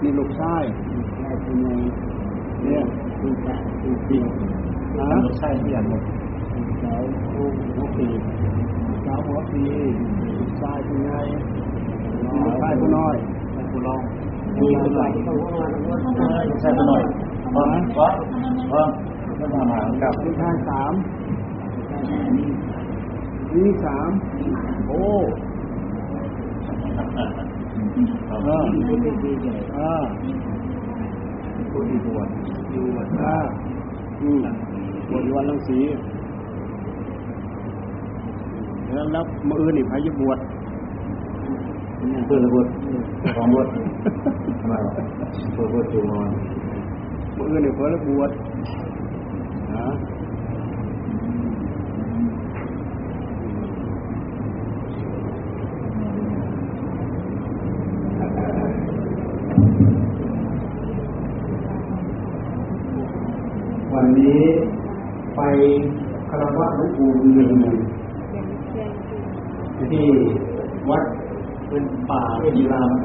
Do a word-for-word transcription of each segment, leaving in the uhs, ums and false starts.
นี่ลูกชายชายเป็นไงเนี่ยลูกชายลูกจริงนะลูกชายเรียนหมดสาวหัวปีสาวหัวปีลูกชายเป็นไงลูกชายผู้น้อยผู้น้องมีผู้น้อยลูกชายผู้น้อยพอพอพอก็ทำมากับลูกชายสามนี่สามโอ้เออเออผู้ที่บวชอยู่วัดอ่าอืมบวชอยู่วัดรังสีแล้วแล้วมื้ออื่นนี่ใครจะบวชเพื่อนบวชของบวชทำไมเพื่อนบวชอยู่มามื้ออื่นนี่เพื่อนบวชนะวันนี้ไปคารวะหลวงปู่หนึ่งที่วัดเป็นป่ากีฬาโพ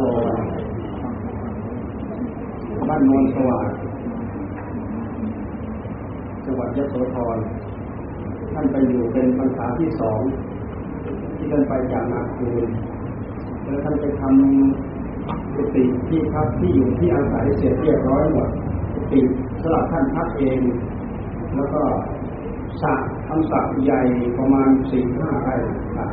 บ้านโนนสว่างจังหวัดยโสธรท่านไปอยู่เป็นพรรษาที่สองที่ท่านไปจากนาคูนแล้วท่านไปทำกุฏิที่พักที่อยู่ที่อาศัยเสร็จเรียบร้อยหมดกุฏิสำหรับท่านพักเองแล้วก็สระทำสระใหญ่ประมาณสี่ห้าไร่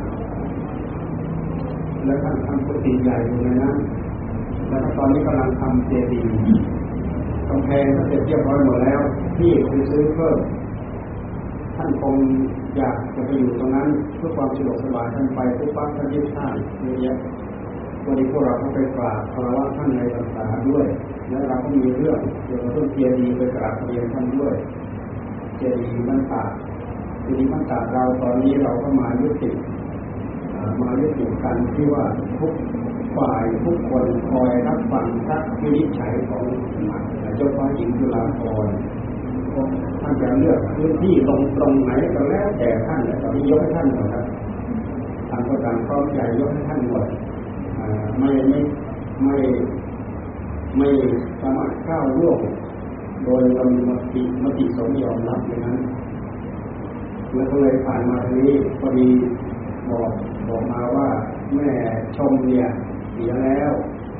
แล้วท่านทำกุฏิใหญ่อยู่ในนั้นแล้วตอนนี้กำลังทำเจดีย์กำแพงก็เสร็จเรียบร้อยหมดแล้วที่ไปซื้อเพิ่มท่านคงอยากจะไปอยู่ตรงนั้นเพื่อความสะดวกสบายท่านไปปุ๊บปั๊บท่านยึดท่านเยอะแยะวันนี้พวกเราก็ไปกราบคารวะท่านในพรรษาด้วยและเราก็มีเรื่องเกี่ยวกับเรื่องเจดีย์ไปกราบเรียนท่านด้วยเจดีย์บ้านตาดเจดีย์บ้านตาดเราตอนนี้เราก็มายุติมายุติกันที่ว่าทุกฝ่ายทุกคนคอยรับฟังทักวินิจฉัยของเจ้าฟ้าหญิงจุฬาภรณ์ท่านจะเลือกพื้นที่ตรงตรงไหนก็แล้วแต่ท่านแต่ตอนนี้ยกให้ท่านหมดครับทางประการพร้อมใจยกให้ท่านหมดไม่ไม่ไม่ไม่สามารถก้าวล่วงโดยเรามีมติมติสมยอมรับอย่างนั้นแล้วก็เลยผ่านมาทีนี้พอดีบอกบอกมาว่าแม่ชมเนี่ยเสียแล้ว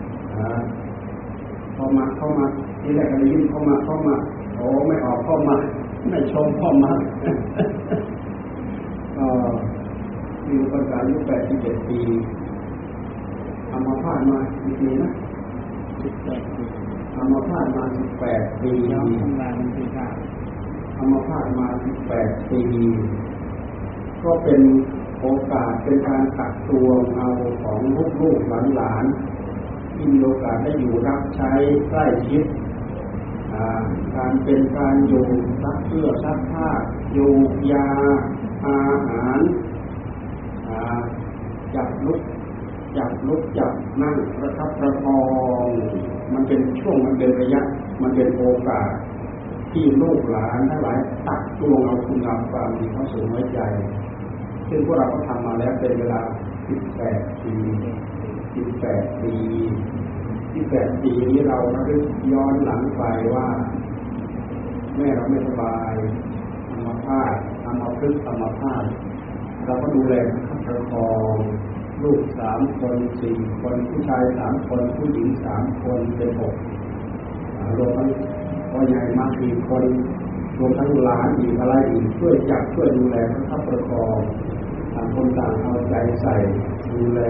เข้ามาเข้ามาที่แรกก็ได้ยินเข้ามาเข้ามาโอ้ไม่ออกเข้ามาไม่ชมเข้ามาก็มีภาษาอายุแปดสิบเจ็ดปีทำมาพาดมากี่ปีนะสิบแปดปีทำมาพาดมาสิบแปดปีทำงานที่ข้าทำมาพาดมาสิบแปดปีก็เป็นโอกาสเป็นการตักตวงเอาของลูกๆหลานๆที่มีโอกาสได้อยู่รับใช้ใกล้ชิดการเป็นการอยู่ซักเสื้อซักผ้าอยู่ยาอาหารจับลุกจับลุกจับนั่งประทับประคองมันเป็นช่วงมันเป็นระยะมันเป็นโอกาสที่ลูกหลานทั้งหลายตักตวงเอาคุณงามความดีเข้าสู่หัวใจซึ่งพวกเราก็ทำมาแล้วเป็นเวลาสิบแปดปีสิบแปดปีสิบแปดปีนี้เราระลึกย้อนหลังไปว่าแม่เราไม่สบายอัมพาตอัมพฤกษ์อัมพาตเราก็ดูแลประคองลูกสามคนสี่คนผู้ชายสามคนผู้หญิงสามคนเป็นหกรวมทั้งพ่อใหญ่มาสี่คนรวมทั้งหลานอีกอะไรอีกช่วยจับช่วยดูแลประคับประคองต่างคนต่างเอาใจใส่ดูแล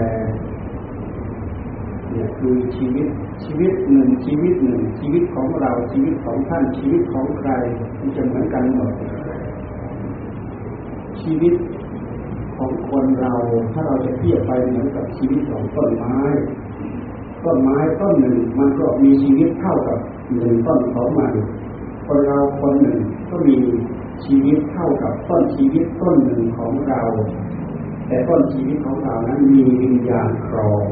เนี่ยคือชีวิตชีวิตหนึ่งชีวิตหนึ่งชีวิตของเราชีวิตของท่านชีวิตของใครมันจะเหมือนกันหมดชีวิตของคนเราถ้าเราจะเทียบไปเหมือนกับชีวิตของต้นไม้ต้นไม้ต้นหนึ่งมันก็มีชีวิตเท่ากับหนึ่งต้นของมันคนเราคนหนึ่งก็มีชีวิตเท่ากับต้นชีวิตต้นหนึ่งของเราแต่ต้นชีวิตของเรานั้นมีวิญญาณครอง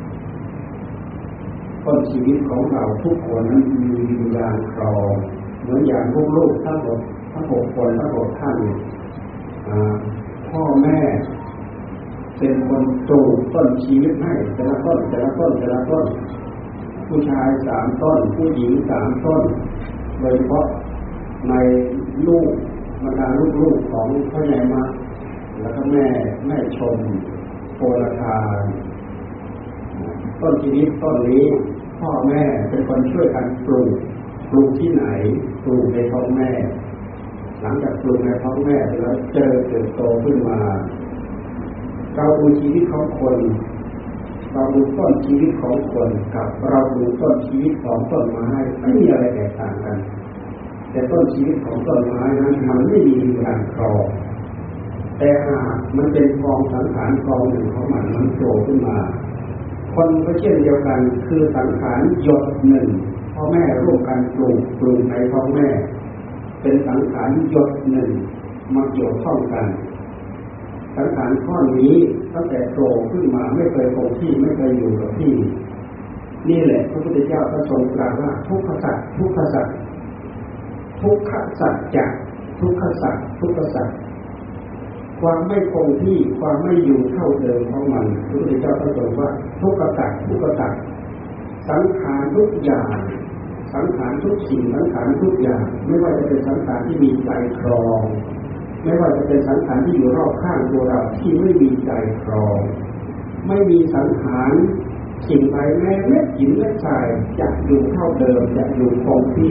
ต้นชีวิตของเราทุกคนนั้นมีวิญญาณครองเหมือนอย่างลูกๆทั้งหมดทั้งหกคนทั้งหกท่านพ่อแม่เป็นคนปลูกต้นชีวิตให้แต่ละต้นแต่ละต้นแต่ละต้นผู้ชายสามต้นผู้หญิงสามต้นโดยเฉพาะในลูกบรรดาลูกๆของพ่อใหญ่มาแล้วก็แม่แม่ชมโพลธารต้นชีวิตต้นนี้พ่อแม่เป็นคนช่วยกันปลูกปลูกที่ไหนปลูกในท้องแม่หลังจากปลูกในท้องแม่แล้วเจริญเติบโตขึ้นมาเราดูชีวิตของคนเราดูต้นชีวิตของคนกับเราดูต้นชีวิตของต้นไม้ไม่มีอะไรแตกต่างกันแต่ต้นชีวิตของต้นไม้นั้นมันไม่มีการครองแต่หากมันเป็นกองสังขารกองหนึ่งของมันมันโผล่ขึ้นมาคนก็เช่นเดียวกันคือสังขารหยดหนึ่งพ่อแม่ร่วมกันปลูกปลูกในท้องแม่เป็นสังขารหยดหนึ่งมาเกี่ยวข้องกันสังขารข้อนี้ตั้งแต่โผล่ขึ้นมาไม่เคยคงที่ไม่เคยอยู่กับที่นี่แหละพระพุทธเจ้าพระทรงตรัสว่าทุกขสัจทุกขสัจทุกขสัจจะทุกขสัจทุกขสัจความไม่คงที่ความไม่อยู่เท่าเดิมของมันพระพุทธเจ้าพระทรงว่าทุกขสัจทุกขสัจสังขารทุกอย่างสังขารทุกสิ่งสังขารทุกอย่างไม่ว่าจะเป็นสังขารที่มีใจครองไม่ว่าจะเป็นสังขารที่อยู่รอบข้างตัวเราที่ไม่มีใจครองไม่มีสังขารสิ่งใดแม้เม็ดหินเม็ดทรายจะอยู่เท่าเดิมจะอยู่คงที่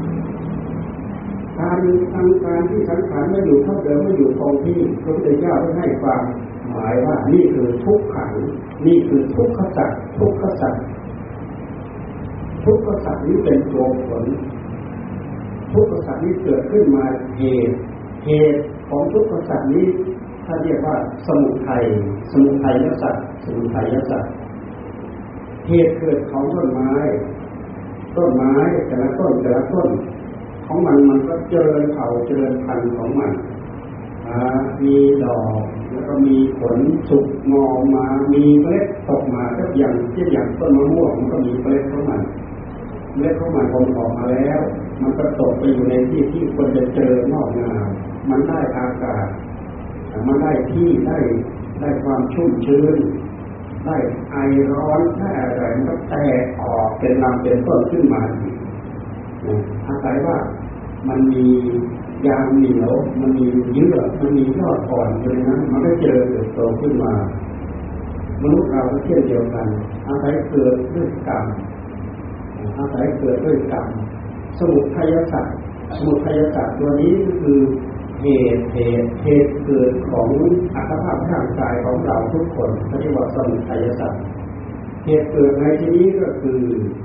การทำการที่สังขารไม่อยู่เท่าเดิมไม่อยู่คงที่พระพุทธเจ้าได้ให้ความหมายว่านี่คือทุกขังนี่คือทุกขสัจทุกขสัจทุกขสัจนี้เป็นตัวผลทุกขสัจนี้เกิดขึ้นมาเหตุเหตุของทุกขสัจนี้ถ้าเรียกว่าสมุทัยสมุทัยสัจสมุทัยสัจเหตุเกิดของต้นไม้ต้นไม้แต่ละต้นแต่ละต้นของมันมันก็เจริญเผ่าเจริญพันธุ์ของมันมีดอกแล้วก็มีผลสุกงอมามีเมล็ดตกมาก็อย่างเช่นอย่างต้นมะม่วงมันก็มีเมล็ดของมันเมล็ดของมันพอออกมาแล้วมันก็ตกไปอยู่ในที่ที่ควรจะเจริญงอกงามมันได้อากาศมันได้ที่ได้ได้ความชุ่มชื้นได้ไอร้อนได้อะไรมันก็แตกออกเป็นลำเป็นต้นขึ้นมาอาศัยว่ามันมียางเหนียวมันมีเยื่อมันมียอดอ่อนอยู่ในนั้นมันก็เจริญเติบโตขึ้นมามนุษย์เราก็เช่นเดียวกันอาศัยเกิดด้วยกรรมอาศัยเกิดด้วยกรรมสมุทัยสัจสมุทัยสัจตัวนี้ก็คือเหตุเหตุเหตุเกิดของอัตภาพร่างกายของเราทุกคนเรียกว่าสมุทัยสัจเหตุเกิดในที่นี้ก็คือ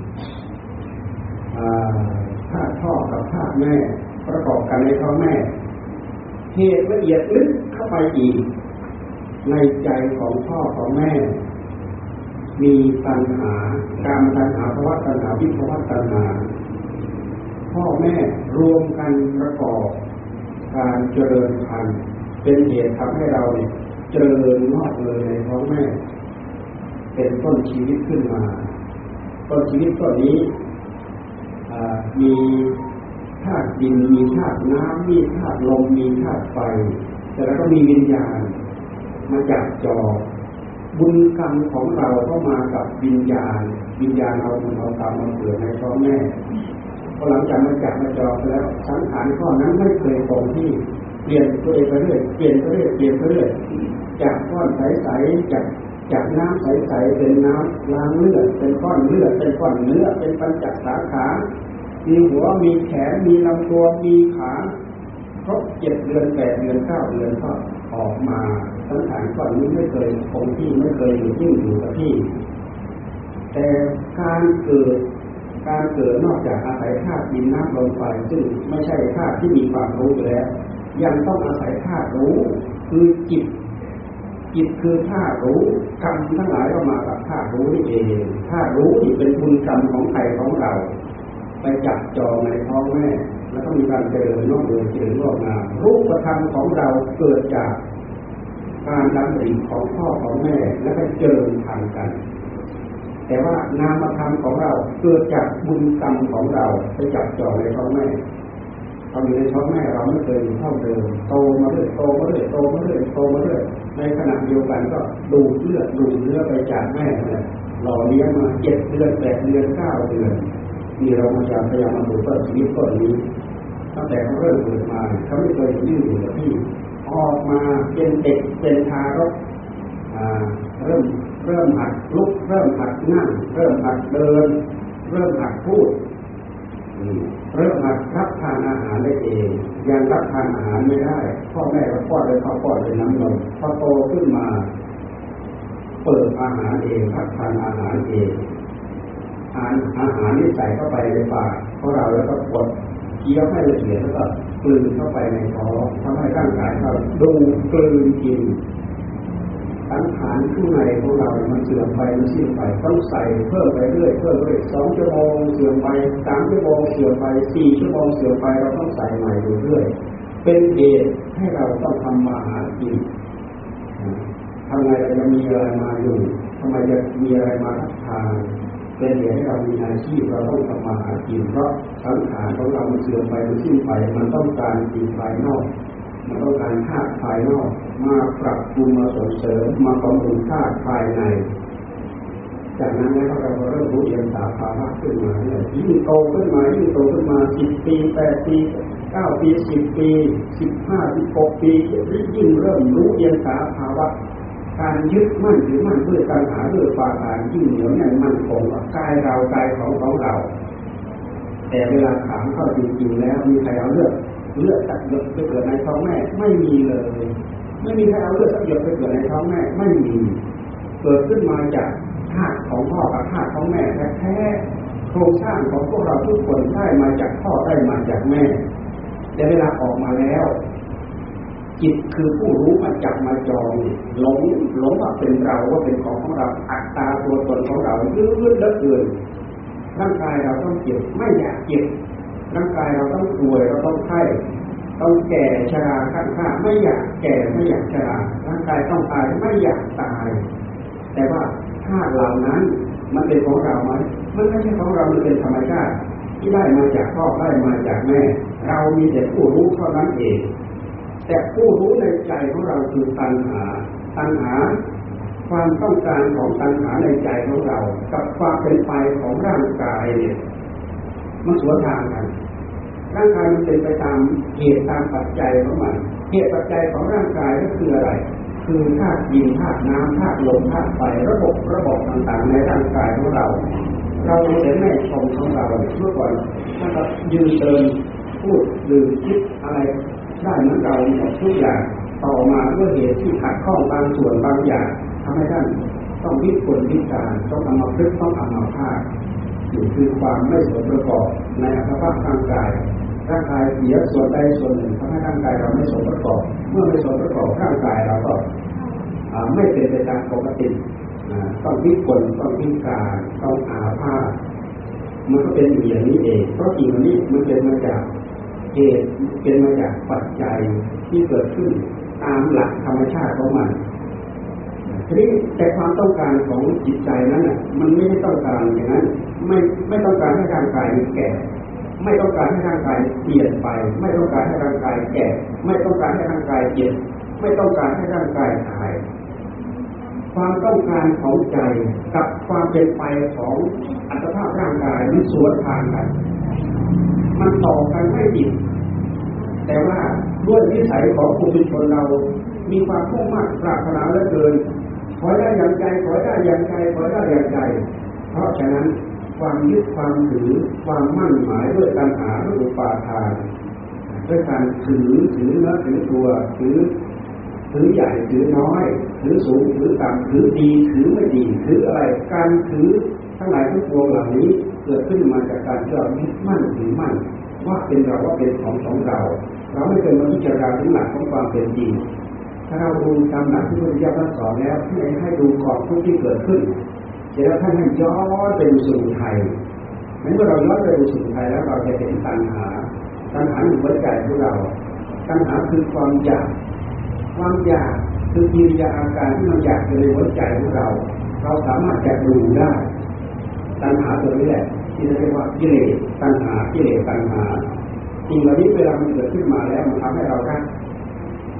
ธาตุพ่อกับธาตุแม่ประกอบกันในท้องแม่เหตุละเอียดลึกเข้าไปอีกในใจของพ่อของแม่มีตัณหาการตัณหาภวตัณหาวิภวตัณหาพ่อแม่รวมกันประกอบการเจริญพันธุ์เป็นเหตุทำให้เราเนี่ยเจริญงอกเลยในท้องแม่เป็นต้นชีวิตขึ้นมาต้นชีวิตต้นนี้มีธาตุดินมีธาตุน้ำมีธาตุลมมีธาตุไฟแต่แล้วก็มีวิญญาณมาจับจองบุญกรรมของเราก็มากับวิญญาณวิญญาณเราเราตามมาเกิดในท้องแม่พอหลังจากมาจับมาจองไปแล้วสังขารข้อนั้นไม่เคยคงที่เปลี่ยนตัวเองไปเรื่อยเปลี่ยนไปเรื่อยเปลี่ยนไปเรื่อยจากก้อนใสๆจากจากน้ำใสๆเป็นน้ำล้างเลือดเป็นก้อนเลือดเป็นก้อนเนื้อเป็นปัญจสาขามีหัวมีแขนมีลำตัวมีขาครบเจ็ดเดือนแปดเดือนเก้าเดือนก็ออกมาสังขารก่อนนี้ไม่เคยคงที่ไม่เคยอยู่ที่อยู่กับที่แต่การเกิดการเกิดนอกจากอาศัยธาตุดินน้ำลมไฟซึ่งไม่ใช่ธาตุที่มีความรู้อยู่แล้วยังต้องอาศัยธาตุรู้คือจิตจิตคือธาตุรู้กรรมทั้งหลายก็มากับธาตุรู้นี่เองธาตุรู้นี่เป็นบุญกรรมของใครของเราไปจับจองในท้องแม่แล้วก็มีการเจริญงอกเงยเจริญงอกงามรูปธรรมของเราเกิดจากการดำริของพ่อของแม่แล้วก็เจริญพันธุ์กันแต่ว่านามธรรมของเราเกิดจากบุญกรรมของเราไปจับจองในท้องแม่ตอนอยู่ในท้องแม่เราไม่เคยอยู่เท่าเดิมโตมาเรื่อยโตมาเรื่อยโตมาเรื่อยโตมาเรื่อยในขณะเดียวกันก็ดูดเลือดดูดเนื้อไปจากแม่เนี่ยหล่อเลี้ยงมาเจ็ดเดือนแปดเดือนเก้าเดือนนี่เรามาจะพยายามมาดูต้นชีวิตต้นนี้ตั้งแต่เขาเริ่มเกิดมาเขาไม่เคยยืดอยู่กับที่ออกมาเป็นเด็กเป็นทารกเริ่มเริ่มหัดลุกเริ่มหัดนั่งเริ่มหัดเดินเริ่มหัดพูดเริ่มหัดรับทานอาหารได้เองยังรับทานอาหารไม่ได้พ่อแม่ก็ป้อนเลยข้าวป้อนเลยน้ำนมพอโตขึ้นมาเปิดอาหารเองรับทานอาหารเองทานอาหารที่ใส่เข้าไปในปากของเราแล้วก็กดเคี้ยวให้ละเอียดแล้วก็กลืนเข้าไปในท้องทำให้ร่างกายเราดูกลืนกินสังขารข้างในของเรามันเสื่อมไปมันสิ้นไปต้องใส่เพิ่มไปเรื่อยเพิ่มไปสองชั่วโมงเสื่อมไปสามชั่วโมงเสื่อมไปสี่ชั่วโมงเสื่อมไปเราต้องใส่ใหม่เรื่อยๆเป็นเหตุให้เราต้องทำมาหากินทำไมเราจะมีอะไรมาอยู่ทำไมจะมีอะไรมาทานเป็นเหตุให้เรามีอาชีพเราต้องทำมาหากินเพราะสังขารของเรามันเสื่อมไปมันสิ้นไปมันต้องการสิ่งภายนอกมันต้องการธาตุภายนอกมาปรับปรุงมาส่งเสริมมาบำรุงธาตุภายในจากนั้นแล้วเราก็เริ่มรู้เรียนสาภาวะขึ้นมาเนี่ยยิ่งโตขึ้นมายิ่งโตขึ้นมาสิบปีแปดปีเก้าปีสิบปีสิบห้าสิบหกปียิ่งเริ่มรู้เรียนสาภาวะการยึดมั่นถือมั่นเพื่อการหาเพื่อปาทานยิ่งเหนียวแน่นมั่นคงกายเรากายของของเราแต่เวลาถามเข้าจริงๆแล้วมีใครเอาเลือดเลือดสักหยดไปเกิดในท้องแม่ไม่มีเลยไม่มีใครเอาเลือดสักหยดไปเกิดในท้องแม่ไม่มีเกิดขึ้นมาจากธาตุของพ่อกับธาตุของแม่แท้ๆโครงสร้างของพวกเราทุกคนได้มาจากพ่อได้มาจากแม่แต่เวลาออกมาแล้วจิตคือผู้รู้มาจับมาจองหลงหลงว่าเป็นเราว่าเป็นของของเราอัตตาตัวตนของเรายืดเหลือเกินร่างกายเราต้องเจ็บไม่อยากเจ็บร่างกายเราต้องป่วยเราต้องไข้ต้องแก่ชราขั้นข้าไม่อยากแก่ไม่อยากชราร่างกายต้องตายไม่อยากตายแต่ว่าธาตุเหล่านั้นมันเป็นของเราไหมมันไม่ใช่ของเรามันเป็นธรรมชาติที่ได้มาจากพ่อได้มาจากแม่เรามีแต่ผู้รู้เท่านั้นเองแต่ผู้รู้ในใจของเราคือตัณหาตัณหาความต้องการของตัณหาในใจของเรากับความเป็นไปของร่างกายเนี่ยมันสวนทางกันร่างกายมันเป็นไปตามเหตุตามปัจจัยของมันเหตุปัจจัยของร่างกายก็คืออะไรคือธาตุดินธาตุน้ำธาตุลมธาตุไฟระบบระบบต่างๆในร่างกายของเราเราเห็นในชมของเราเมื่อก่อนถ้าเรายืนเดินพูดดื่มคิดอะไรได้เหมือนเราหมดทุกอย่างต่อมาด้วยเหตุที่ขัดข้องบางส่วนบางอย่างทำให้ท่านต้องวิปลวิการต้องเอามาพึกต้องเอามาพาดนี่คือความไม่สมประกอบในอัตภาพร่างกายร่างกายเสียส่วนใดส่วนหนึ่งทำให้ร่างกายเราไม่สมประกอบเมื่อไม่สมประกอบร่างกายเราก็ไม่เป็นไปตามปกติต้องวิปลต้องวิการต้องอาพาธมันก็เป็นอย่างนี้เองเพราะสิ่งนี้มันเป็นมาจากเหตุเป็นมาจากปัจจัยที่เกิดขึ้นตามหลักธรรมชาติของมันทีนี้แต่ความต้องการของจิตใจนั้นน่ะมันไม่ได้ต้องการอย่างนั้นไม่ไม่ต้องการให้ร่างกายแก่ไม่ต้องการให้ร่างกายเปลี่ยนไปไม่ต้องการให้ร่างกายแก่ไม่ต้องการให้ร่างกายเจ็บไม่ต้องการให้ร่างกายตายความต้องการของใจกับความเป็นไปของอัตภาพร่างกายมันสวนทางกันมันต่อกันไม่ติดแต่ว่าด้วยนิสัยของผู้เป็นชนเรามีความมุ่งมั่นปรารถนาเหลือเกินขอได้อย่างใจขอได้อย่างใจขอได้อย่างใจเพราะฉะนั้นความยึดความถือความมั่นหมายด้วยตัณหาด้วยอุปาทานด้วยการถือถือเนื้อถือตัวถือถือใหญ่ถือน้อยถือสูงถือต่ำถือดีถือไม่ดีถืออะไรการถือทั้งหลายทั้งปวงเหล่านี้เกิดขึ้นมาจากการที่เรายึดมั่นถือมั่นว่าเป็นเราว่าเป็นของของเราเราไม่เคยมาพิจารณาถึงหลักของความเป็นจริงถ้าเราดูตามหลักที่พระพุทธเจ้าท่านสอนแล้วที่ให้ดูกองทุกข์ที่เกิดขึ้นเสร็จแล้วท่านให้ย้อนไปดูสมุทัยเมื่อเราย้อนไปดูสมุทัยแล้วเราจะเห็นตัณหาตัณหาอยู่หัวใจของเราตัณหาคือความอยากความอยากคือกิริยาอาการที่มันอยากอยู่ในหัวใจของเราเราสามารถจะดูได้ตัณหาตัวนี้แหละที่เรียกว่ากิเลสตัณหากิเลสตัณหาสิ่งเหล่านี้เวลามันเกิดขึ้นมาแล้วมันทำให้เรารัก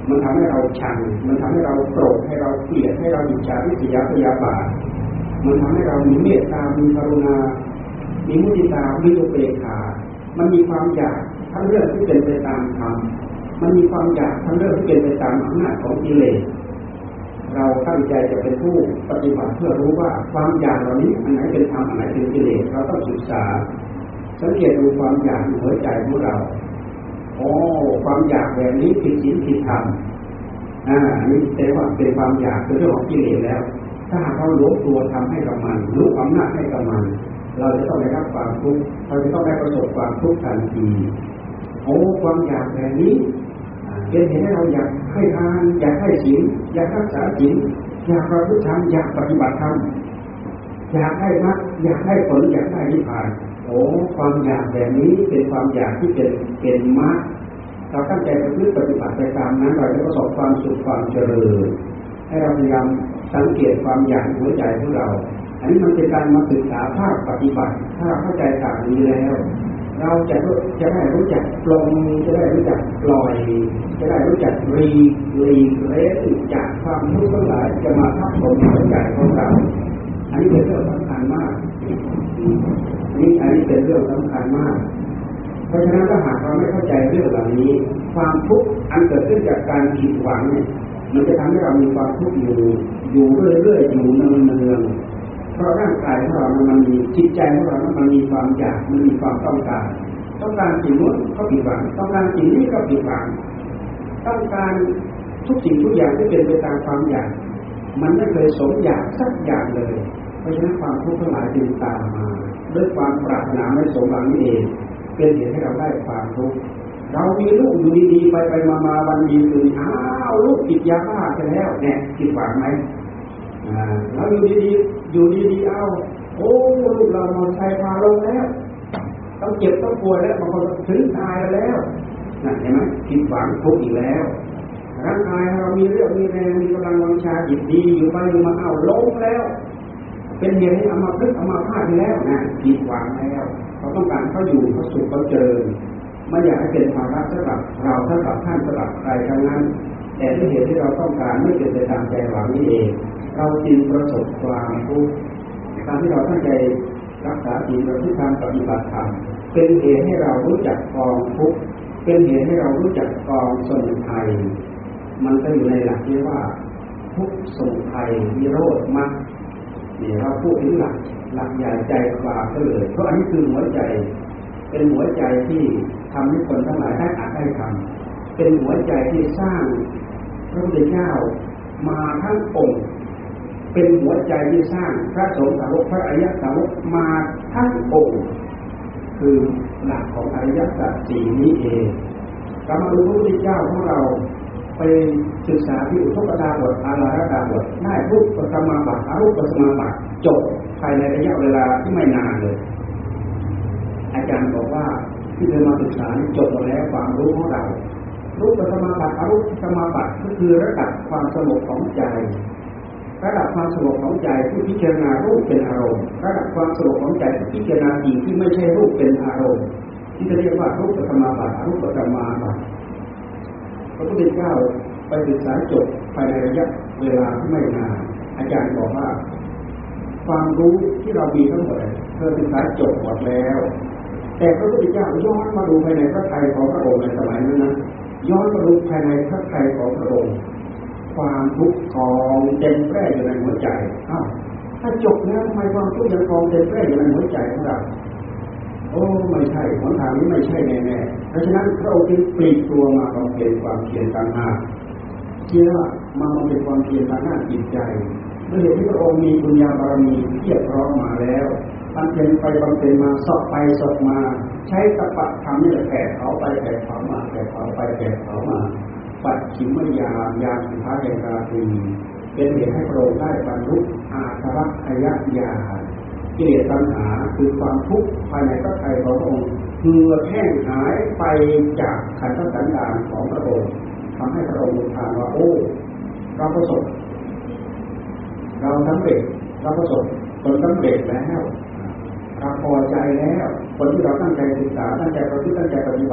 มันทำให้เราชังมันทำให้เราโกรธให้เราเกลียดให้เราอิจฉาริษยาพยาบาทมันทำให้เรามีเมตตามีกรุณามีมุทิตามีอุเบกขามันมีความอยากทั้งเรื่องที่เป็นไปตามธรรมมันมีความอยากทั้งเรื่องที่เป็นไปตามอำนาจของกิเลสเราตั้งใจจะเป็นผู้ปฏิบัติเพื่อรู้ว่าความอยากเหล่านี้อันไหนเป็นธรรมอันไหนเป็นกิเลสเราต้องศึกษาสังเกตดูความอยากในหัวใจของเราโอ้ความอยากแบบนี้ผิดศีลผิดธรรมอ่าอันนี้แสดงว่าเป็นความอยากเป็นเรื่องของกิเลสแล้วถ้าหากเราหลวมตัวทำให้กับมันรู้อำนาจให้กับมันเราจะต้องได้รับความทุกข์เราจะต้องได้ประสบความทุกข์ทันทีโอ้ความอยากแบบนี้เป็นเหตุให้เราอยากให้ทานอยากให้ศีลอยากรักษาศีลอยากประพฤติธรรมอยากปฏิบัติธรรมอยากให้มรรคอยากให้ผลอยากได้นิพพานโอ้ความอยากแบบนี้เป็นความอยากที่เป็นเป็นมรรคเราตั้งใจประพฤติปฏิบัติไปตามนั้นเราจะประสบความสุขความเจริญให้เราพยายามสังเกตความอยากหัวใจของเราอันนี้มันเป็นการมาศึกษาภาคปฏิบัติถ้าเราเข้าใจตามนี้แล้วเราจะจะได้รู้จักปลงจะได้รู้จักปล่อยจะได้รู้จักรีรีเรสจากความทุกข์ทั้งหลายจะมาทับถมหัวใจของเราอันนี้เป็นเรื่องสำคัญมากนี่อันนี้เป็นเรื่องสำคัญมากเพราะฉะนั้นถ้าหากเราไม่เข้าใจเรื่องเหล่านี้ความทุกข์อันเกิดขึ้นจากการผิดหวังเนี่ยมันจะทำให้เรามีความทุกข์อยู่อยู่เรื่อยๆอยู่เนืองๆเพราะร่างกายของเรามันมีจิตใจของเรามันมีความอยากมันมีความต้องการต้องการสิ่งนู้นก็ผิดหวังต้องการสิ่งนี้ก็ผิดหวังต้องการทุกสิ่งทุกอย่างที่เป็นไปตามความอยากมันไม่เคยสมอยากสักอย่างเลยเพราะฉะนั้นความทุกข์ทั้งหลายจึงตามมาด้วยความปรารถนาไม่สมหวังนี่เองเป็นเหตุให้เราได้ความทุกข์เรามีลูกอยู่ดีๆไปไปมาๆวันดีคืนอ้าวลูกติดยาบ้าไปแล้วเนี่ยผิดหวังไหมอ่าเราอยู่ดีๆอยู่ดีๆเอ้าโอ้ลูกเรานอนชายพาลงแล้วต้องเจ็บต้องป่วยแล้วบางคนถึงตายแล้วนั่นเห็นไหมผิดหวังทุกข์อีกแล้วร่างกายเรามีเรื่องมีแรงมีกำลังวังชาจิตดีอยู่ไปอยู่มาเอ้าลงแล้วเป็นเหตุให้เอามาพึ่งเอามาพลาดแล้วนะผิดหวังแล้วเขาต้องการเขาอยู่เขาสุขเขาเจริญไม่อยากให้เป็นภาระสำหรับเราสำหรับท่านสำหรับใครทั้งนั้นแต่ด้วยเหตุที่เราต้องการไม่เป็นไปตามใจหวังนี้เองเราจึงประสบความทุกข์การที่เราตั้งใจรักษาศีลประพฤติธรรมปฏิบัติธรรมเป็นเหตุให้เรารู้จักกองทุกข์เป็นเหตุให้เรารู้จักกองสมุทัยมันก็อยู่ในหลักที่ว่าทุกข์สมุทัยนิโรธมรรคนี่เราพูดถึงหลักหลักใหญ่ใจความก็เลยเพราะอันนี้คือหัวใจเป็นหัวใจที่ทำให้คนทั้งหลายได้อาจได้ทำเป็นหัวใจที่สร้างพระพุทธเจ้ามาทั้งองค์เป็นหัวใจที่สร้างพระสงฆ์สาวกพระอริยสาวกมาทั้งองค์คือหลักของอริยสัจสี่นี้เองกรรมดูพระพุทธเจ้าของเราไปศึกษาที่อุทกดาบทอาราธดาบทได้รูปปัสมาบัติอรูปปัสมาบัติจบภายในระยะเวลาที่ไม่นานเลยอาจารย์บอกว่าที่เคยมาศึกษาจบหมดแล้วความรู้ของเรารูปปัสมาบัติอรูปปัสมาบัติก็คือระดับความสงบของใจระดับความสงบของใจที่พิจารณารูปเป็นอารมณ์ระดับความสงบของใจที่พิจารณาสิ่งที่ไม่ใช่รูปเป็นอารมณ์ที่จะเรียกว่ารูปปัสมาบัติอรูปปัสมาบัติพระพุทธเจ้าไปศึกษาจบภายในระยะเวลาที่ไม่นานอาจารย์บอกว่าความรู้ที่เรามีทั้งหมดเธอศึกษาจบหมดแล้วแต่พระพุทธเจ้าย้อนมาดูภายในพระทัยของพระองค์ในสมัยนั้นนะย้อนมาดูภายในพระทัยของพระองค์ความทุกข์กองเต็มแปร่อยู่ในหัวใจอ้าวถ้าจบแล้วทำไมความทุกข์ยังกองเต็มแปร่อยู่ในหัวใจของเราโอ้ไม่ใช่หนทางนี้ไม่ใช่แน่ๆเพราะฉะนั้นพระองค์จึงปลีกตัวมาบำเพ็ญความเพียรต่างหากที่ว่ามาบำเพ็ญความเพียรทางหน้าจิตใจด้วยเหตุที่พระองค์มีบุญญาบารมีเพียบพร้อมมาแล้วบำเพ็ญไปบำเพ็ญมาสอบไปสอบมาใช้ตปะธรรมนี่แหละแผดเผาไปแผดเผามาแผดเผาไปแผดเผามาปัจฉิมยามยามสุดท้ายแห่งราตรีเป็นเหตุให้พระองค์ได้บรรลุอาสวัคยญาณกิเลสตัณหาคือความทุกข์ภายในพระทัยของพระองค์เหือดแห้งหายไปจากขันธสันดานของพระองค์ทำให้พระองค์อุทานว่าโอ้เราประสบเราสำเร็จเราประสบผลสำเร็จแล้วเราพอใจแล้วคนที่เราตั้งใจศึกษาตั้งใจประพฤติตั้งใจปฏิบัติ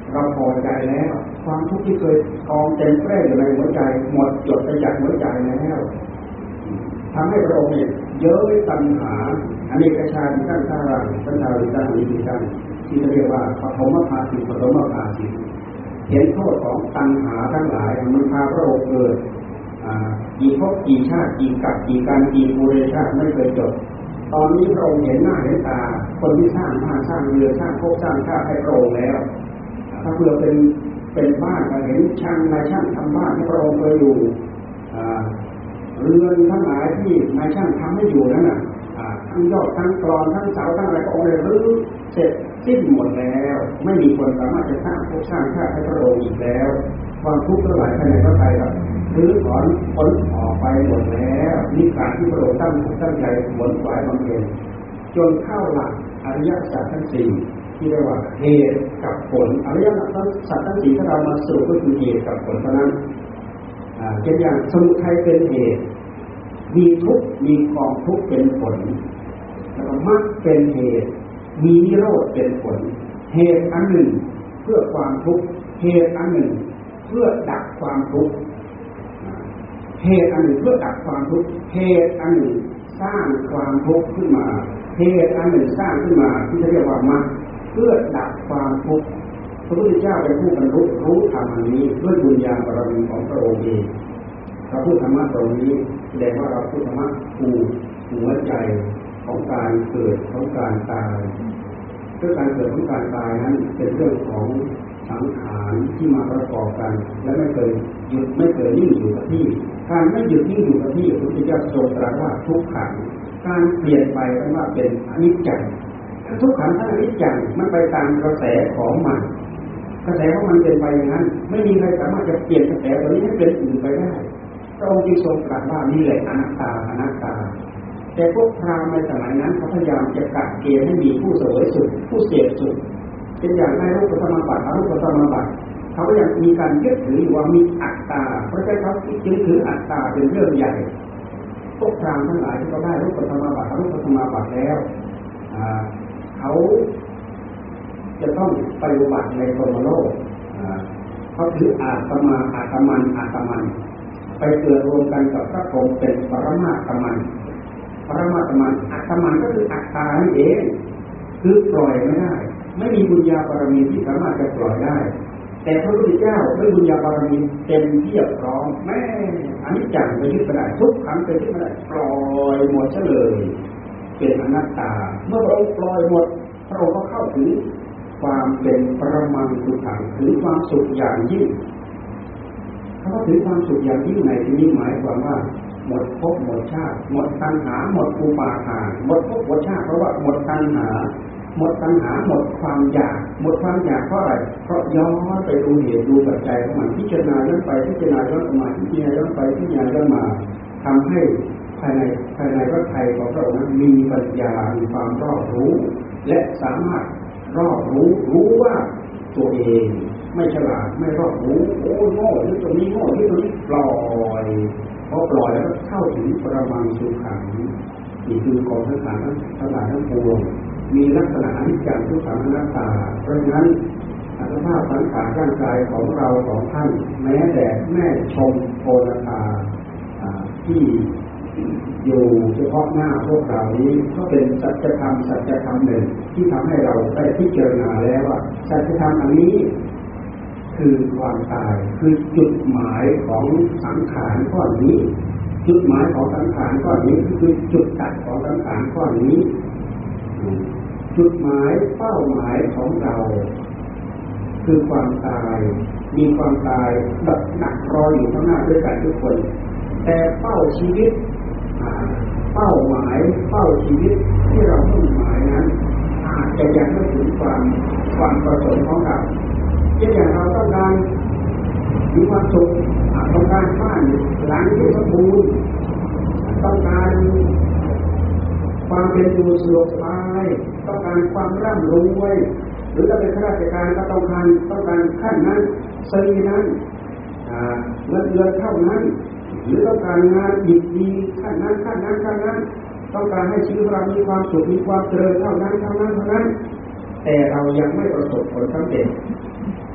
เราพอใจแล้วความทุกข์ที่เคยกองเต็มแปร่อยู่ในหัวใจหมดจดไปจากหัวใจแล้วทำให้พระองค์เนี่ยเย้ยตัณหาอเนกชาติตั้งท่ารังตั้งท่าริตั้งนิพิตั้งที่เรียกว่าปฐมภาสิปฐมภาสิเห็นโทษของตัณหาทั้งหลายมันพาพระองค์เกิดกี่ภพกี่ชาติกี่กับกี่การกี่ภูเรชาติไม่เคยจบตอนนี้พระองค์เห็นหน้าเห็นตาคนที่สร้างบ้านสร้างเรือสร้างภพสร้างชาติให้พระองค์แล้วถ้าเพื่อเป็นเป็นบ้านก็เห็นช่างนายช่างทำบ้านให้พระองค์เคยอยู่เรือนทั้งหลายที่นายช่างทำให้อยู่นั้นน่ะทั้งยอดทั้งกรอนทั้งเสาทั้งอะไรพระองค์เลยรื้อเสร็จสิ้นหมดแล้วไม่มีคนสามารถจะสร้างภพสร้างชาติให้พระองค์อีกแล้วความทุกข์ทั้งหลายภายในพระทัยแบบรื้อถอนพ้นออกไปหมดแล้วนี่การที่พระองค์ตั้งอกตั้งใจขวนขวายบำเพ็ญจนเข้าหลักอริยสัจทั้งสี่ที่เรียกว่าเหตุกับผลอริยสัจทั้งสี่ถ้าเรามาสรุปก็คือเหตุกับผลเท่านั้นเช่นอย่างสมุทัยเป็นเหตุมีทุกข์มีกองทุกข์เป็นผลแล้วก็มรรคเป็นเหตุมีนิโรธเป็นผลเหตุอันหนึ่งเพื่อความทุกข์เหตุอันหนึ่งเพื่อดับความทุกข์เหตุอันหนึ่งเพื่อดับความทุกข์เหตุอันหนึ่งสร้างความทุกข์ขึ้นมาเหตุอันหนึ่งสร้างขึ้นมาที่เรียกว่ามรรคเพื่อดับความทุกข์พระพุทธเจ้าเป็นผู้บรรลุรู้ธรรมอันนี้ด้วยบุญญาบารมีของพระองค์เองเราพูดธรรมะตรงนี้แสดงว่าเราพูดธรรมะผูกหัวใจของการเกิดของการตายเรื่องการเกิดของการตายนั้นเป็นเรื่องของสังขารที่มาประกอบกันและไม่เคยหยุดไม่เคยนิ่งอยู่กับที่การไม่หยุดนิ่งอยู่กับที่พระพุทธเจ้าทรงตรัสว่าทุกขังการเปลี่ยนไปนั้นว่าเป็นอนิจจังทุกขังทั้งอนิจจังมันไปตามกระแสของมันกระแสของมันเป็นไปอย่างนั้นไม่มีใครสามารถจะเปลี่ยนกระแสตัวนี้ให้เป็นอื่นไปได้พระองค์จึงทรงตรัสว่านี่แหละอนัตตาอนัตตาแต่พวกพราหมณ์ในสมัยนั้นเขาพยายามจะกักเกณฑ์ให้มีผู้เสวยสุขผู้เสพสุขเป็นอย่างในรูปธรรมบัตรอรูปธรรมบัตรเขาก็ยังมีการยึดถืออยู่ว่ามีอัตตาเพราะฉะนั้นเขาจึงถืออัตตาเป็นเรื่องใหญ่พวกพราหมณ์ทั้งหลายที่เขาได้รูปธรรมบัตรอรูปธรรมบัตรแล้วเขาจะต้องไปอุบัติในพรหมโลกเขาถืออาตมาอาตมันอาตมันไปเกิดรวมกันกับพระพรหมเป็นปรมาตมันปรมาตมันอาตมันก็คืออัตตานี่เองคือปล่อยไม่ได้ไม่มีบุญญาบารมีที่สามารถจะปล่อยได้แต่พระพุทธเจ้าด้วยบุญญาบารมีเต็มเพียบพร้อมแม่อนิจจังไปยึดไม่ได้ทุกขังไปยึดไม่ได้ปล่อยหมดเลยเป็นอนัตตาเมื่อพระองค์ปล่อยหมดพระองค์ก็เข้าถึงความเป็นปรมังสุขังถึงความสุขอย่างยิ่งเขาก็ถึงความสุขอย่างยิ่งในที่นี้หมายความว่าหมดภพหมดชาติหมดตัณหาหมดอุปาทานหมดภพหมดชาติเพราะว่าหมดตัณหาหมดตัณหาหมดความอยากหมดความอยากเพราะอะไรเพราะย้อนไปดูเหตุดูปัจจัยของมันพิจารณาย้อนไปพิจารณาย้อนมาพิจารณาย้อนไปพิจารณาย้อนมาทำให้ภายในภายในพระทัยของพระองค์นั้นมีปัญญามีความรอบรู้และสามารถรอบรู้รู้ว่าตัวเองไม่ฉลาดไม่รอบรู้โอ้โง่ที่ตรงนี้โง่ที่ตรงนี้ปล่อยพอปล่อยแล้วก็เข้าถึงปรมังสุขังนี่คือกองทั้งสามทั้งหลายทั้งปวงมีลักษณะอนิจจังทุกขังอนัตตาเพราะฉะนั้นอัตภาพสังขารร่างกายของเราของท่านแม้แต่แม่ชมโพลธาที่อยู่เฉพาะหน้าพวกเรานี้ก็เป็นสัจธรรมสัจธรรมหนึ่งที่ทำให้เราได้พิจารณาแล้วว่าสัจธรรมอันนี้คือความตายคือจุดหมายของสังขารข้อนี้จุดหมายของสังขารข้อนี้คือจุดตัดของสังขารข้อนี้จุดหมายเป้าหมายของเราคือความตายมีความตายดักดักรออยู่ข้างหน้าด้วยกันทุกคนแต่เป้าชีวิตเป้าหมายเป้าชีวิตที่เรามุ่งหมายนั้นอาจจะยังไม่ถึงความความประสงค์ของเราเช่นอย่างเราต้องการมีความสุขต้องการบ้านหลังที่สมบูรณ์ต้องการความเป็นอยู่สะดวกสบายต้องการความร่ำรวยหรือถ้าเป็นข้าราชการก็ต้องการต้องการขั้นนั้นซีนั้นเงินเดือนเท่านั้นหรือต้องการงานดีดีขั้นนั้นขั้นนั้นขั้นนั้นต้องการให้ชีวิตเรามีความสุขมีความเจริญเท่านั้นเท่านั้นเท่านั้นแต่เรายังไม่ประสบผลสำเร็จ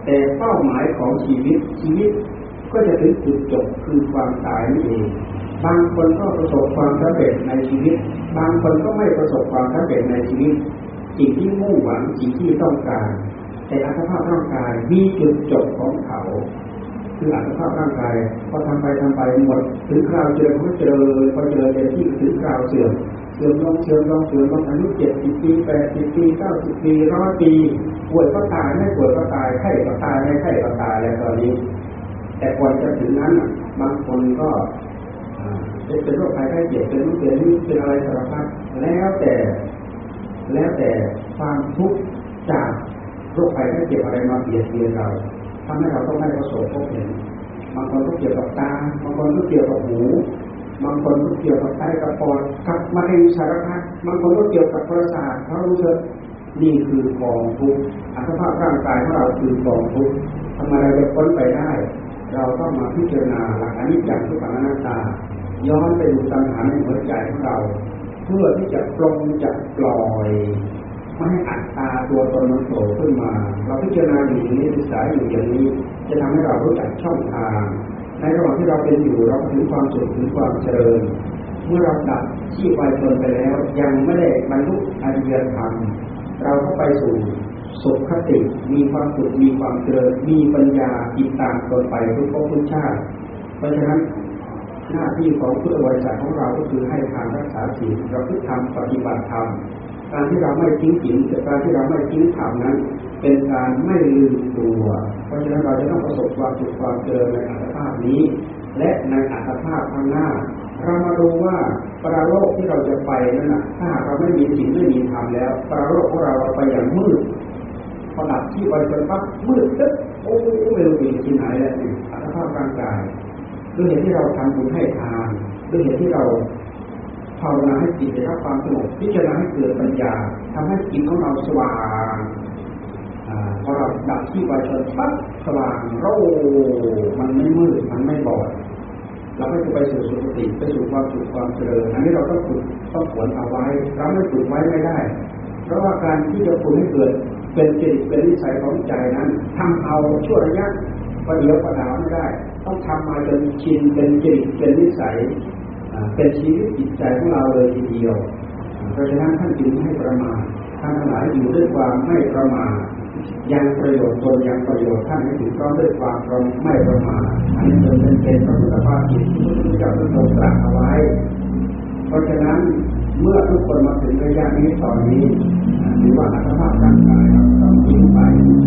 แต่เป้าหมายของชีวิตชีวิตก็จะถึงจุดจบคือความตายนี่เองบางคนก็ประสบความสำเร็จในชีวิตบางคนก็ไม่ประสบความสำเร็จในชีวิตสิ่งที่มุ่งหวังสิ่งที่ต้องการแต่อัตภาพร่างกายมีจุดจบของเขาคืออัตภาพร่างกายพอทำไปทำไปหมดถึงคราวเจริญก็เจริญพอเจริญเต็มที่ถึงคราวเสื่อมเสื่อมลงเสื่อมลงเสื่อมลงอายุเจ็ดสิบปีแปดสิบปีเก้าสิบปีร้อยปีป่วยก็ตายไม่ป่วยก็ตายไข้ก็ตายไม่ไข้ก็ตายแล้วตอนนี้แต่ก่อนจะถึงนั้นบางคนก็เป็นโรคภัยไข้เจ็บเป็นโรคเป็นนี่เป็นอะไรสารพัดแล้วแต่แล้วแต่ความทุกข์จากโรคภัยไข้เจ็บอะไรมาเบียดเบียนเราทำให้เราต้องได้ประสบพบเห็นบางคนก็เกี่ยวกับตาบางคนก็เกี่ยวกับหูบางคนก็เกี่ยวกับไตกับปอดกับมะเร็งสารพัดบางคนก็เกี่ยวกับประสาทเขารู้สึกนี่คือกองทุกข์อัตภาพร่างกายของเราคือกองทุกข์ทำไมเราจะพ้นไปได้เราต้องมาพิจารณาหลักอนิจจังทุกขังอนัตตาย้อนไปดูตัณหาในหัวใจของเราเพื่อที่จะปลงจะปล่อยไม่ให้อัตตาตัวตนมันโผล่ขึ้นมาเราพิจารณาอยู่อย่างนี้ศึกษาอยู่อย่างนี้จะทำให้เรารู้จักช่องทางในระหว่างที่เราเป็นอยู่เราถึงความสุขถึงความเจริญเมื่อเราดับชีพวายชนไปแล้วยังไม่ได้บรรลุอริยธรรมเราก็ไปสู่สุขคติมีความสุขมีความเจริญมีปัญญาติดตามตนไปทุกภพทุกชาติเพราะฉะนั้นหน้าที่ของพุทธบริษัทของเราก็คือให้ทานรักษาศีลเราพึ่งทำปฏิบัติธรรมการที่เราไม่ทิ้งศีลการที่เราไม่ทิ้งธรรมนั้นเป็นการไม่ลืมตัวเพราะฉะนั้นเราจะต้องประสบความสุขความเจริญในอัตภาพนี้และในอัตภาพข้างหน้าเรามาดูว่าปรโลกที่เราจะไปนั้นนะถ้าเราไม่มีศีลไม่มีธรรมแล้วปรโลกของเราเราไปอย่างมืดพอดับที่ไปจนปั๊บมืดตึ๊บโอ้ไม่รู้อยู่ที่ไหนแล้วนี่อัตภาพร่างกายด้วยเหตุที่เราทำบุญให้ทานด้วยเหตุที่เราภาวนาให้จิตได้รับความสงบพิจารณาให้เกิดปัญญาทำให้จิตของเราสว่างพอเราดับที่วายชนปั๊บสว่างโร่มันไม่มืดมันไม่บอดเราก็จะไปสู่สุคติไปสู่ความสุขความเจริญอันนี้เราต้องฝึกต้องขวนเอาไว้เราไม่ฝึกไว้ไม่ได้เพราะว่าการที่จะฝึกให้เกิดเป็นจริตเป็นนิสัยของใจนั้นทำเอาชั่วระยะประเดี๋ยวประดาวไม่ได้ต้องทำมาจนชินเป็นจริตเป็นนิสัยเป็นชีวิตจิตใจของเราเลยทีเดียวเพราะฉะนั้นท่านจึงให้ประมาทท่านทั้งหลายอยู่ด้วยความไม่ประมาทยังประโยชน์ตนยังประโยชน์ท่านให้ถึงพร้อมด้วยความไม่ประมาทอันนี้เป็นเป็นพระพุทธภาษิตที่พระพุทธเจ้าทรงตรัสเอาไว้เพราะฉะนั้นเมื่อทุกคนมาถึงระยะนี้ตอนนี้ถือว่าอัตภาพร่างกายเราต้องทิ้งไป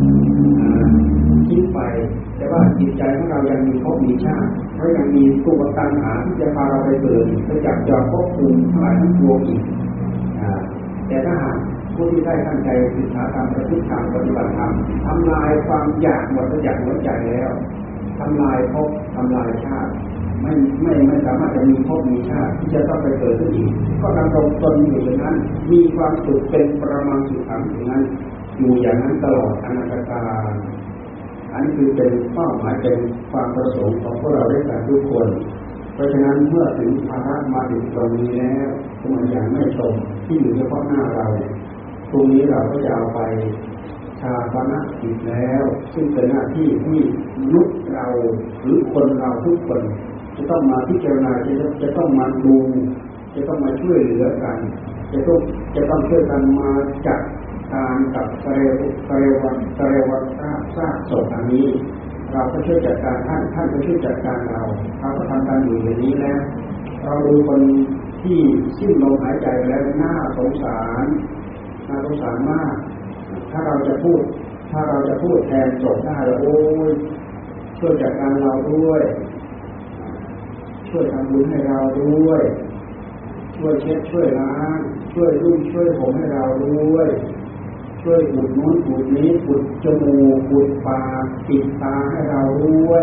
ทิ้งไปแต่ว่าจิตใจของเรายังมีภพมีชาติเพราะยังมีตัวตัณหาที่จะพาเราไปเกิดไปจับจองภพภูมิทั้งหลายทั้งปวงอีกแต่ถ้าหากผู้ที่ได้ตั้งใจศึกษาธรรมประพฤติธรรมปฏิบัติธรรมทำลายความอยากหมดจากหัวใจแล้วทำลายภพทำลายชาติไม่ไม่ไม่สามารถจะมีภพมีชาติที่จะต้องไปเกิดขึ้นอีกก็ดำรงตนอยู่อย่างนั้นมีความสุขเป็นประมังสุขังอย่างนั้นอยู่อย่างนั้นตลอดอนันตกาลอันนี้คือเป็นเป้าหมายเป็นความประสงค์ของพวกเราด้วยกันทุกคนเพราะฉะนั้นเมื่อถึงภาระมาถึงตรงนี้แล้วก็มันอย่างไม่ตรงที่อยู่เฉพาะหน้าเราตรงนี้เราก็จะเอาไปชาปนกิจแล้วซึ่งเป็นหน้าที่ที่มนุษย์เราหรือคนเราทุกคนจะต้องมาพิจารณาจะจะต้องมาดูจะต้องมาช่วยเหลือกันจะต้องจะต้องช่วยกันมาจัดการกับเสรเสรวัตเสรวัตซากศพอันนี้เราก็ช่วยจัดการท่านท่านก็ช่วยจัดการเราเราก็ทำการอยู่อย่างนี้แล้วเราดูคนที่สิ้นลมหายใจไปแล้วน่าสงสารน่าสงสารมากถ้าเราจะพูดถ้าเราจะพูดแทนศพได้แล้วโอ้ยช่วยจัดการเราด้วยช่วยทำบุญให้เราด้วยช่วยเช็ดช่วยล้างช่วยรุ่มช่วยผมให้เราด้วยช่วยอุดนู้นอุดนี้อุดจมูกอุดปากปิดตาให้เราด้วย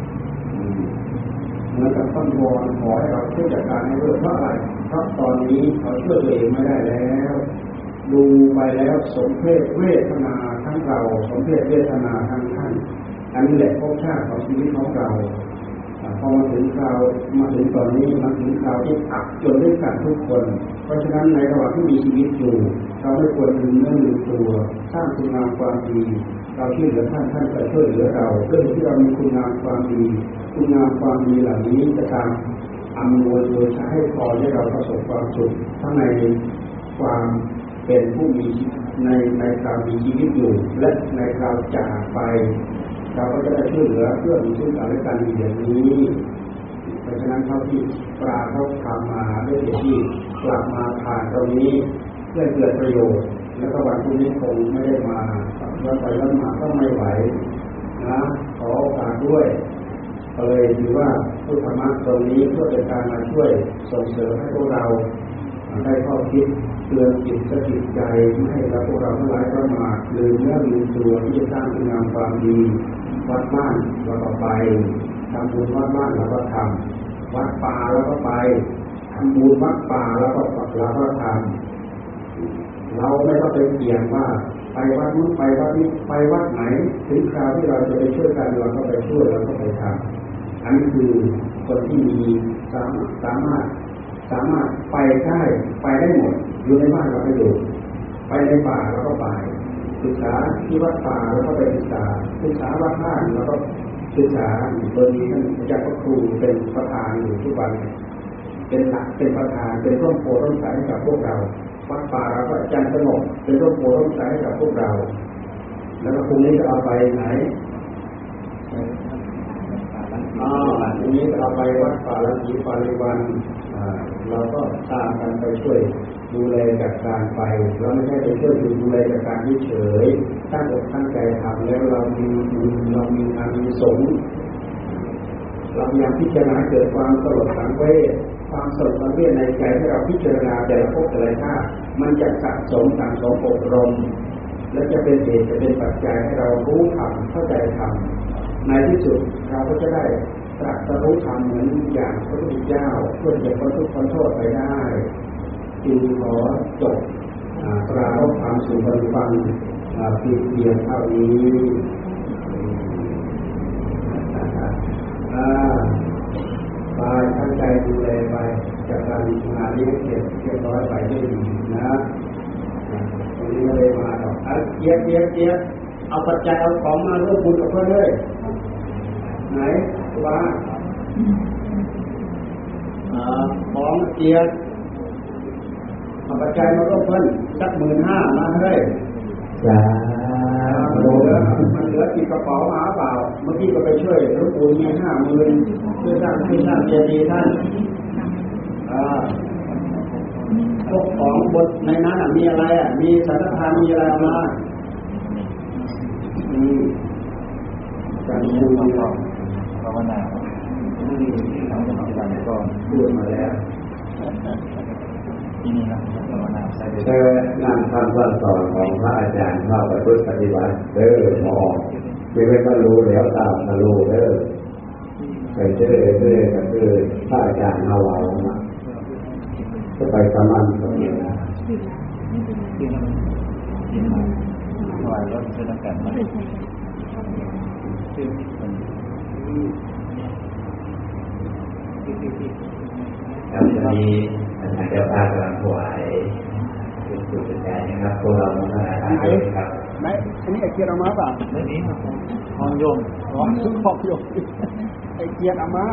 เหมือนกับต้นวอนขอให้เราช่วยจัดการให้ด้วยเพราะอะไรเพราะตอนนี้เขาช่วยตัวเองไม่ได้แล้วดูไปแล้วสมเพศเวทนาทั้งเราสมเพศเวทนาทั้งท่านอันนี้แหละภพชาติของชีวิตของเราพอมาถึงคราวมาถึงตอนนี้มาถึงคราวที่อับจนได้กันทุกคนเพราะฉะนั้นในระหว่างที่มีชีวิตอยู่เราไม่ควรลืมเนื้อลืมตัวสร้างคุณงามความดีเราช่วยเหลือท่านท่านก็ช่วยเหลือเราด้วยที่เรามีคุณงามความดีคุณงามความดีเหล่านี้จะทำอำนวยโดยให้พอให้เราประสบความสุขทั้งในความเป็นผู้มีในในคราวมีชีวิตอยู่และในคราวจากไปเราก็จะได้ช่วยเหลือเพื่อมีซึ่งกันและกันอย่างนี้เพราะฉะนั้นเท่าที่ปราเขาทำมาด้วยเหตุที่กลับมาผ่านตรงนี้เพื่อเกิดประโยชน์แล้วก็วันพรุ่งนี้คงไม่ได้มาแล้วไปแล้วมาก็ไม่ไหวนะขอโอกาสด้วยก็เลยถือว่าพุทธธรรมะตรงนี้เพื่อเป็นการมาช่วยส่งเสริมให้พวกเราได้ข้อคิดเตือนจิตสกิดใจไม่ให้เราพวกเราทั้งหลายประมาทลืมเนื้อลืมตัวที่จะสร้างคุณงามความดีวัดบ้านเราก็ไปทำบุญวัดบ้านเราก็ทำวัดป่าเราก็ไปทำบุญวัดป่าเราก็เราก็ทำเราไม่ต้องไปเกี่ยงว่าไปวัดนู้นไปวัดนี้ไปวัดไหนถึงคราวที่เราจะไปช่วยกันเราก็ไปช่วยเราก็ไปทำอันนี้คือคนที่มีสามารถสามารถสามารถไปได้ไปได้หมดอยู่ในบ้านเราไปอยู่ไปในป่าเราก็ไปศึกษาที่วัดป่าเราก็ไปศึกษาศึกษาวัดบ้านเราก็ศึกษาโดยมีท่านอาจารย์พระครูเป็นประธานอยู่ทุกวันเป็นหลักเป็นประธานเป็นร่มโพร่มใสให้กับพวกเราวัดป่าเราก็อาจารย์สงบเป็นร่มโพร่มใสให้กับพวกเราแล้วก็พรุ่งนี้จะเอาไปไหนอ่าพรุ่งนี้จะเอาไปวัดป่าลังสีปาริวันเราก็ตามกันไปช่วยดูแลจัดการไปเราไม่ใช่ไปช่วยดูแลจัดการเฉยๆตั้งอกตั้งใจทำแล้วเรามีเรามีอานิสงส์เราพยายามพิจารณาเกิดความสลดสังเวชความสลดสังเวชในใจที่เราพิจารณาแต่ละภพแต่ละชาติมันจะสะสมสั่งสมอบรมและจะเป็นเหตุจะเป็นปัจจัยให้เรารู้ธรรมเข้าใจธรรมในที่สุดเราก็จะได้ตรัสรู้ธรรมเหมือนอย่างพระพุทธเจ้าเพื่อจะพ้นทุกข์พ้นโทษไปได้จึงขอจบปราลบธรรมสู่บริบังเพียงเพียงเท่านี้ไปตั้งใจดูแลไปจากการงานนี้เก็บเรียบร้อยไปได้ดีนะวันนี้ไม่ได้มาหรอกเจี๊ยบเจี๊ยบเจี๊ยบเอาปัจจัยเอาของมาร่วมบุญกับเพื่อนเลยไหนว่าของเจี๊ยบเอาปัจจัยมาร่วมเพื่อนสักหมื่นห้ามาเลยจ้ามันเหลือมันเหลือกี่กระเป๋าหาเปล่าเมื่อกี้ก็ไปช่วยหลวงปู่มีห้าหมื่นช่วยสร้างช่วยสร้างเจดีย์ท่านพวกของบทในนั้นมีอะไรอ่ะมีสังฆทานมีอะไรมาอืมการพูดภาวนาทั้งปฏิบัติก็พูดมาแล้วที่นี่นะภาวนาใช่ไหมงานคำสอนของพระอาจารย์เข้าไปพุทธปฏิบัติเด้อหมอไม่ไม่ก็รู้แล้วตามมารู้เด้อไปเจอเด้อก็คือพระอาจารย์เอาไว้นะจะไปสมันตรงนี้นะถวายรถเพื่อต้องการมาครับจะมีอาจารย์เจ้าภาพกำลังถวายเป็นจุดเป็นใจนะครับพวกเราต้องการทำด้วยครับไหนอันนี้ไอเกียรติเอามาป่ะไม่นี้ทองโยมทองทองโยมไอเกียรติเอามา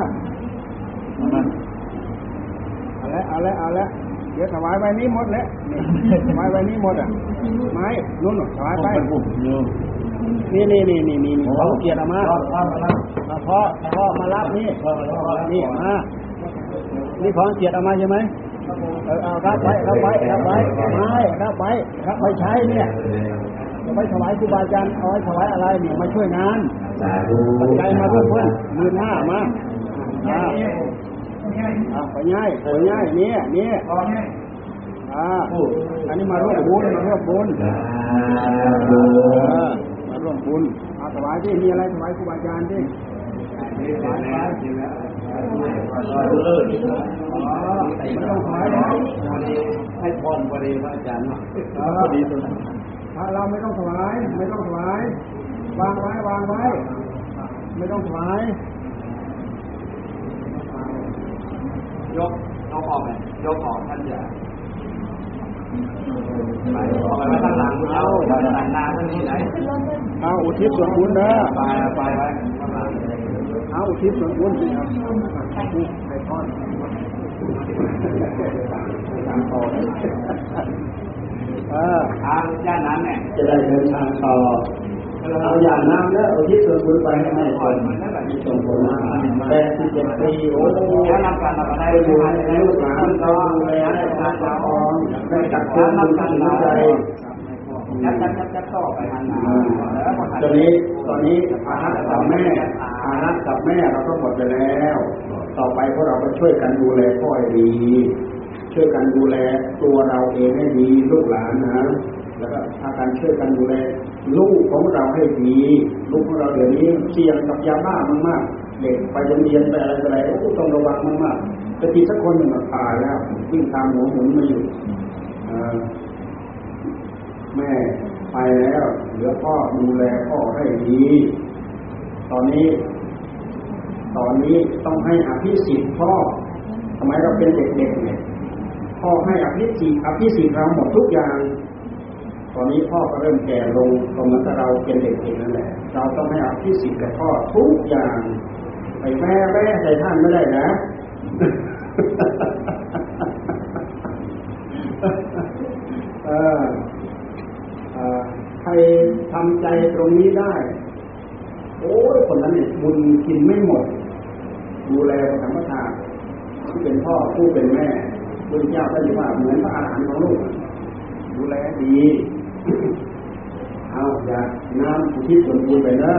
เอาละเอาละเอาละเดี๋ยวถวายใบนี้หมดแล้วถวายใบนี้หมดอ่ะไม้นุ่นถวายไปนี่นี่นี่นี่นี่เขาเกียรติเอามาพ่อพ่อมารับนี่นี่มานี่ของเกียรติเอามาใช่ไหมเออเอารับไปรับไปรับไปไม่รับไปรับไปใช้เนี่ยจะไปถวายครูบาอาจารย์เอาไว้ถวายอะไรเนี่ยมาช่วยงานปัจจัยมาเพิ่มเพิ่มหมื่นห้ามาอ่าไปง่ายไปง่ายเนี่ยเนี่ยอ่าอันนี้มาร่วมบุญมาร่วมบุญมาร่วมบุญเอาถวายที่มีอะไรถวายครูบาอาจารย์ที่ถวายไปไม่ต้องถวายแล้วให้พรพอดีพระอาจารย์เนาะพอดีตรงนั้นถ้าเราไม่ต้องถวายไม่ต้องถวายวางไว้วางไว้ไม่ต้องถวายยกยกออกไหมยกออกท่านจะไปออกไปไว้ข้างหลังเอาด้านหน้าท่านนี้ไหนเอาอุทิศส่วนบุญนะไปไปไว้ข้างหลังเอาอุทิศส่วนบุญสิครับไปทอดทางต่ออ่าทางย่านนั้นเนี่ยจะได้เดินทางต่อเอาอย่างน้ำแล้วอุทิศส่วนบุญไปให้ก่อนมีส่งผลมาแปดสิบเจ็ดปีโอ้แล้วนำการอะไรอยู่ในลูกหลานก็ดูแลการปกครองได้จัดเตรียมบุญคุณใจยัดยัดยัดยัดต่อไปหันหน้าตอนนี้ตอนนี้อาณากับแม่อาณากับแม่เราก็หมดไปแล้วต่อไปพวกเราก็ช่วยกันดูแลพ่อให้ดีช่วยกันดูแลตัวเราเองให้ดีลูกหลานนะแล้วก็ถ้าการช่วยกันดูแลลูกของเราให้ดีลูกของเราเดี๋ยวนี้เสี่ยงกับยาบ้ามากๆเด็กไปโรงเรียนไปอะไรอะไรโอ้ต้องระวังมากๆแต่ทีสักคนหนึ่งตายแล้ววิ่งตามหัวหมุนมาอยู่แม่ไปแล้วเหลือพ่อดูแลพ่อให้ดีตอนนี้ตอนนี้ต้องให้อภิสิทธิ์พ่อทำไมเราเป็นเด็กๆเนี่ยพ่อให้อภิสิทธิ์อภิสิทธิ์เราหมดทุกอย่างตอนนี้พ่อก็เริ่มแก่ลงก็เหมือนกับเราเป็นเด็กๆนั่นแหละเราต้องให้อภิสิทธิ์กับพ่อทุกอย่างไปแม่แม่ใส่ท่านไม่ได้นะเออใครทำใจตรงนี้ได้โอ้ยคนนั้นเนี่ยบุญกินไม่หมดดูแลธรรมชาติผู้เป็นพ่อผู้เป็นแม่พระเจ้าท่านว่าเหมือนพระอาหารของลูกดูแลดีเอาอย่าน้ำอุทิศส่วนบุญไปนะ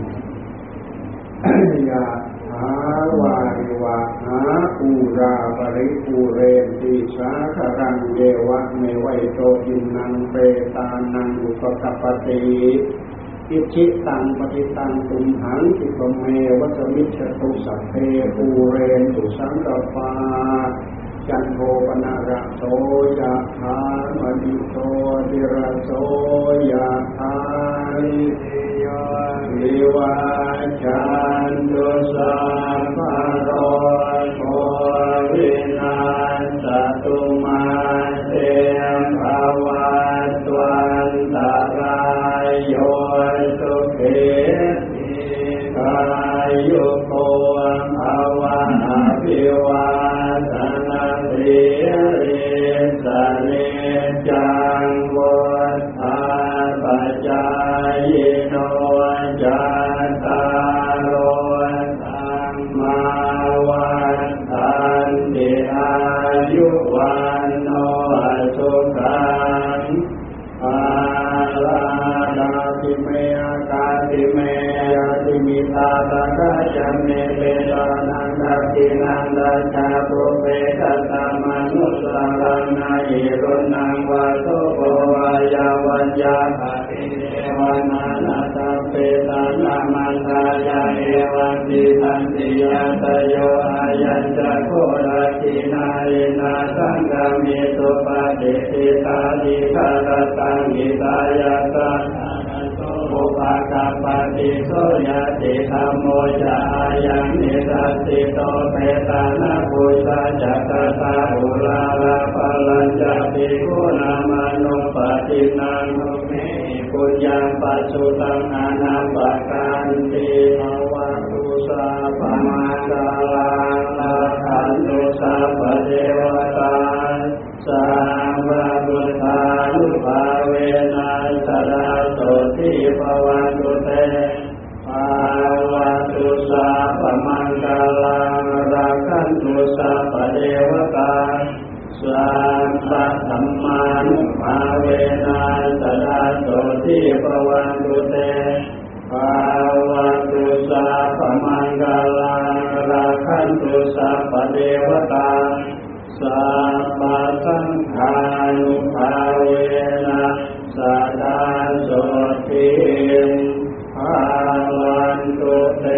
อย่าหาวาริวะหาปูราบริปูเรนติสาคารังเยวะเมวัยโตอินนังเปตานังอุปกัปปติอิจิตังปฏิตังตุมหังสิปเมวัสมิจตุสัพเพปูเรนตุสังกปาจันโทปนาระโสยะธามณิโชติระโสยะธานิโยวิวัชชันตุสัพพะโรโควินาศตุมาเตภวัตวันตรายโยสุขิกายุโกภวะอภิวาทนาสิริสเนจังวุฒาปัจจายโนจัตตารโอธัมมาวันตันติอายุวันโนสุขังอาลาดาติเมกาติเมยติมิตาตระจัมเมเปตานังดัตินังดัจจาโปเปตัสสะมนุสสารังนายิรุนังวะโสโภวายาวัญญาภาติเทวนานาสัพเพตานามัสสายาเอวันติทันติยาตโยอายัญจโคราตินาเรนาสังฆามิสุปะเดติตาดิคารตังหิตายาสังอุปกาปฏิโสยติธัมโมจะอายังนิสัสสิโตเปตานาปุชาจัตตาอุลาลาภลัญจติกุณามนุปตินังเมปุญญังปัจจุตังอนาปกันติภวตุสาปมาสาลังลาคันตุสาปเทวตาสัมภพุทธานุภาเวนะสดาโสติภวันตุเตภาวตุสาปมังคลังราคันตุสาปเทวตาสัมภะธัมมานุภาเวนะสดาโสติภวันตุเตภาวตุสาปมังคลังราคันตุสาปเทวตาสัพพะสังฆานุภาเวนะสดาโสติภวันตุเต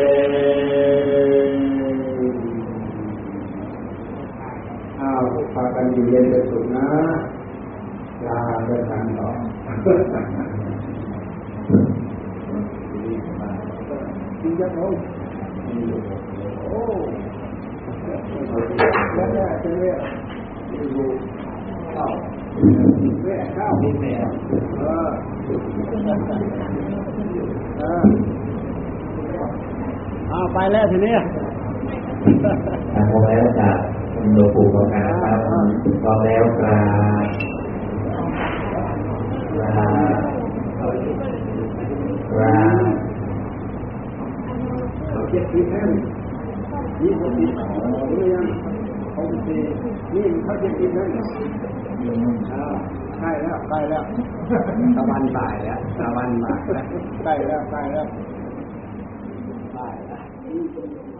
อ้าวพากันอยู่เย็นเป็นสุขนะลาเดินทางต่อจริงจังโอ้แล้วเนี่ยเป็นเรื่องดูเข้าเรื่องเข้าเออเออเอาไปแล้วทีนี้ทำพอแล้วจะหลวงปู่บอกนะครับพอแล้วกราบกราบกราบเขาเจ็ดปีแค่ยี่สิบปีรู้ยังเขาสิบปีนี่เขาเจ็ดปีแค่ใกล้แล้วใกล้แล้วตะวันบ่ายแล้วตะวันบ่ายแล้วใกล้แล้วใกล้แล้วใกล้แล้ว